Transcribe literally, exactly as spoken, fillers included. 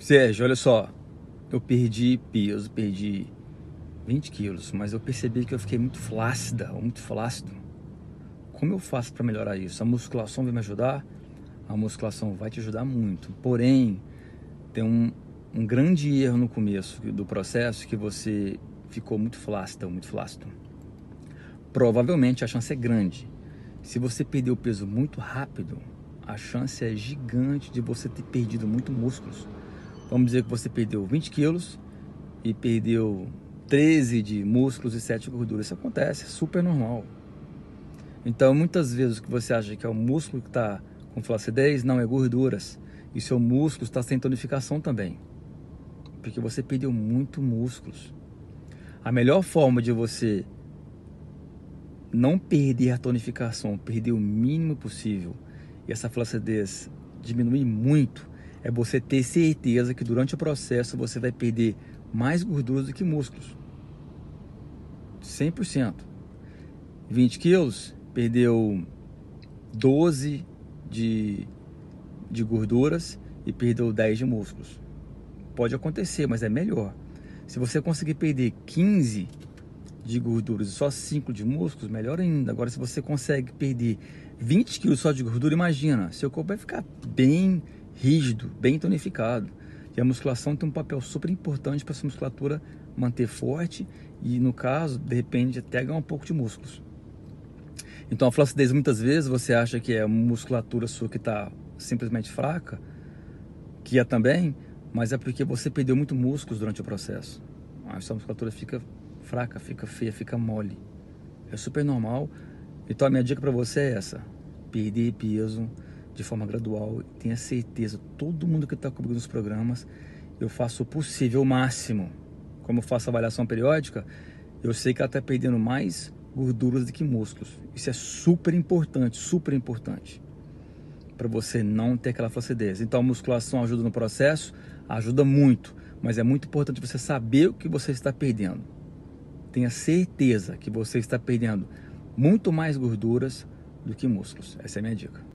Sérgio, olha só, eu perdi peso, perdi vinte quilos, mas eu percebi que eu fiquei muito flácida, ou muito flácido. Como eu faço para melhorar isso? A musculação vai me ajudar? A musculação vai te ajudar muito, porém, tem um, um grande erro no começo do processo, que você ficou muito flácida, muito flácido. Provavelmente a chance é grande. Se você perder o peso muito rápido, a chance é gigante de você ter perdido muito músculos. Vamos dizer que você perdeu vinte quilos e perdeu treze de músculos e sete de gordura. Isso acontece, é super normal. Então, muitas vezes o que você acha que é o músculo que está com flacidez, não é gorduras. E seu músculo está sem tonificação também. Porque você perdeu muito músculos. A melhor forma de você não perder a tonificação, perder o mínimo possível, e essa flacidez diminuir muito, é você ter certeza que durante o processo você vai perder mais gorduras do que músculos. cem por cento. vinte quilos, perdeu doze de, de gorduras e perdeu dez de músculos. Pode acontecer, mas é melhor. Se você conseguir perder quinze de gorduras e só cinco de músculos, melhor ainda. Agora, se você consegue perder vinte quilos só de gordura, imagina, seu corpo vai ficar bem rígido, bem tonificado. E a musculação tem um papel super importante para essa musculatura manter forte e, no caso, de repente, até ganhar um pouco de músculos. Então, a flacidez, muitas vezes, você acha que é a musculatura sua que está simplesmente fraca, que é também, mas é porque você perdeu muito músculos durante o processo. A sua musculatura fica fraca, fica feia, fica mole. É super normal. Então a minha dica para você é essa: perder peso de forma gradual. Tenha certeza, todo mundo que está comigo nos programas, eu faço o possível, o máximo. Como eu faço avaliação periódica, eu sei que ela está perdendo mais gorduras do que músculos. Isso é super importante, super importante, para você não ter aquela flacidez. Então a musculação ajuda no processo, ajuda muito, mas é muito importante você saber o que você está perdendo. Tenha certeza que você está perdendo muito mais gorduras do que músculos. Essa é a minha dica.